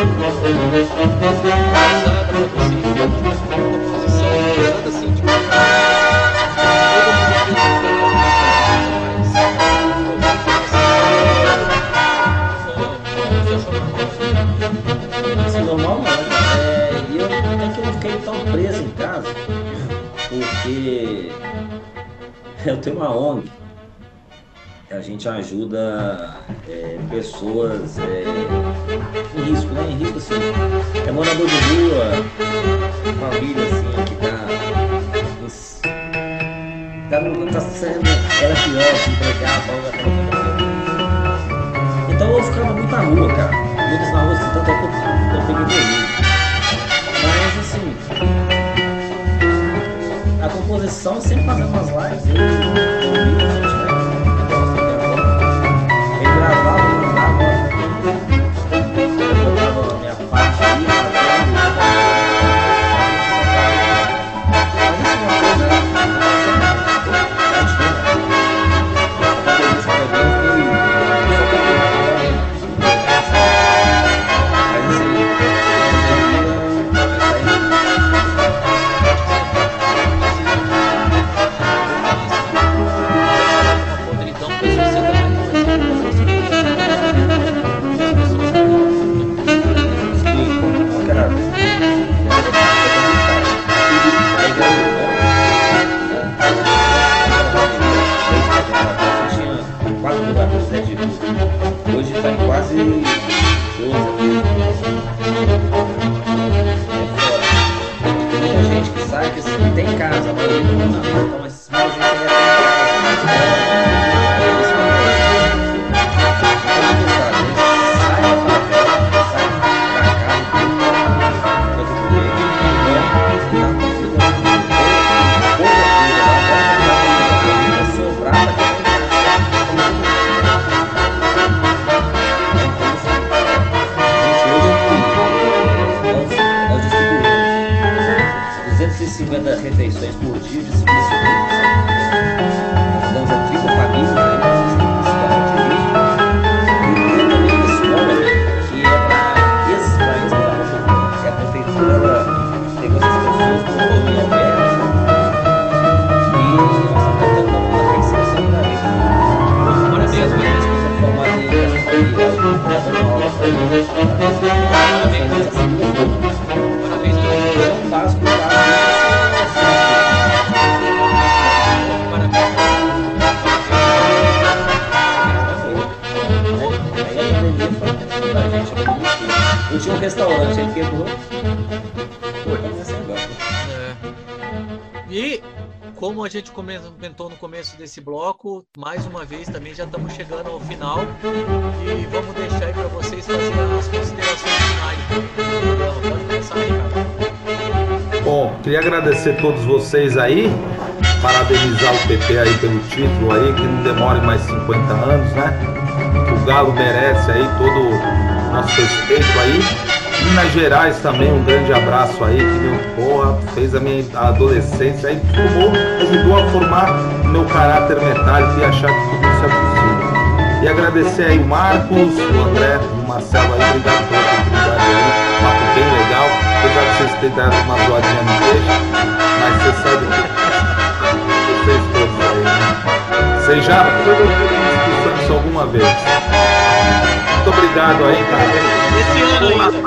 pesada pra você, uma composição pesada assim, tipo, normal não, e eu até que eu não fiquei tão preso em casa, porque eu tenho uma ONG, a gente ajuda pessoas em risco, né? Em risco assim, é morador de rua, família assim, que tá criança era pior, se entregar, então eu ficava muito na rua, cara. Muitas na rua, assim, tanto é que eu peguei Covid. Mas assim, a composição sempre fazendo umas lives, eu gravava, eu mandava, eu botava a minha parte ali, hoje está em quase 12 tem muita gente que sai que tem casa, a maioria não tem, então esses mais gente ainda refeições por dia de serviço. Nós damos a 30 famílias aí, e tem também uma escola que é para esses países que a prefeitura pegou essas pessoas por dormir aberto e nós estamos tentando uma reinserção da vida. Parabéns, mas você é formado em parabéns, é um básico eu tinha um restaurante, ele quebrou. E como a gente comentou no começo desse bloco, mais uma vez também já estamos chegando ao final e vamos deixar aí para vocês fazerem as considerações finais do programa. Pode começar aí, cara. Bom, queria agradecer a todos vocês aí, parabenizar o PP aí pelo título aí, que não demore mais 50 anos, né? Que o Galo merece aí todo o nosso respeito aí. Minas Gerais também, um grande abraço aí, que meu porra, fez a minha adolescência aí, ajudou a formar meu caráter metálico e achar que tudo isso é possível. E agradecer aí o Marcos, o André, o Marcelo aí, obrigado pela oportunidade aí, papo bem legal, apesar de vocês terem dado uma zoadinha no peixe, mas vocês sabem que vocês todos aí, né? Vocês já foram discussões alguma vez. Muito obrigado aí, cara. Esse ano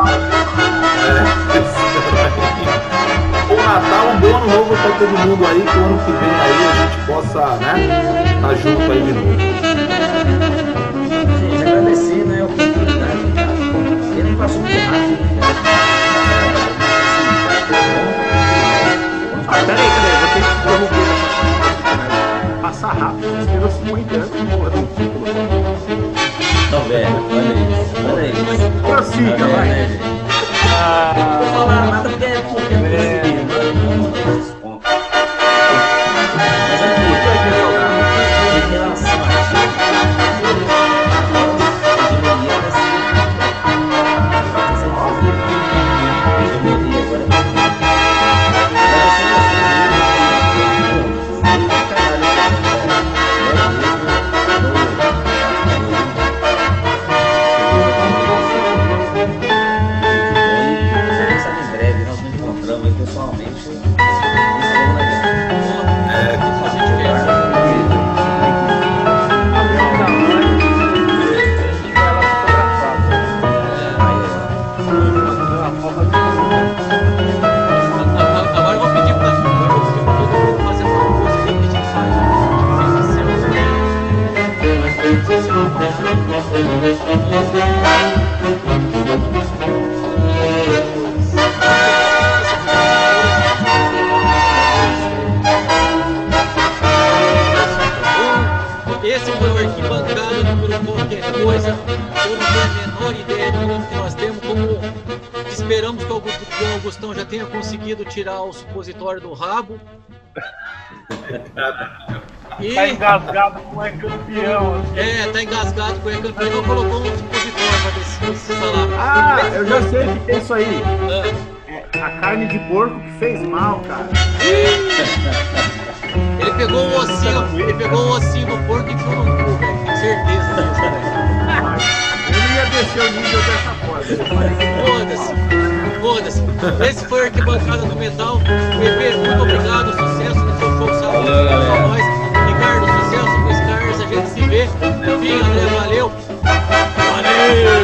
Bom Natal, um bom ano novo pra todo mundo aí, que o ano que vem aí a gente possa, né, tá junto aí de novo. Gente, agradecer, né, a oportunidade, cara. Ele passou muito rápido, né? Peraí, vou ter que interromper. Passar rápido, você esperou 50 anos, porra, do título. Não, velho, olha isso. Prossiga, vai. Não vou falar nada porque é mas aqui, em relação a hegemonia agora. Esperamos que o Augustão já tenha conseguido tirar o supositório do rabo. E... Tá engasgado com é campeão. Assim. Tá engasgado com é campeão. Então colocou um supositório pra ver se salário. Ah, eu já sei o que é isso aí. É a carne de porco que fez mal, cara. Ele pegou o ossinho do porco e enfiou no cu, velho. Tenho certeza disso, velho. Eu não ia descer o nível dessa forma. Foda-se. Esse foi a Arquibancada do Metal. Bebê, muito obrigado. Sucesso no seu show sábado. Valeu, galera. Nós. Ricardo, sucesso com os Scars. A gente se vê. Enfim, André, valeu. Valeu!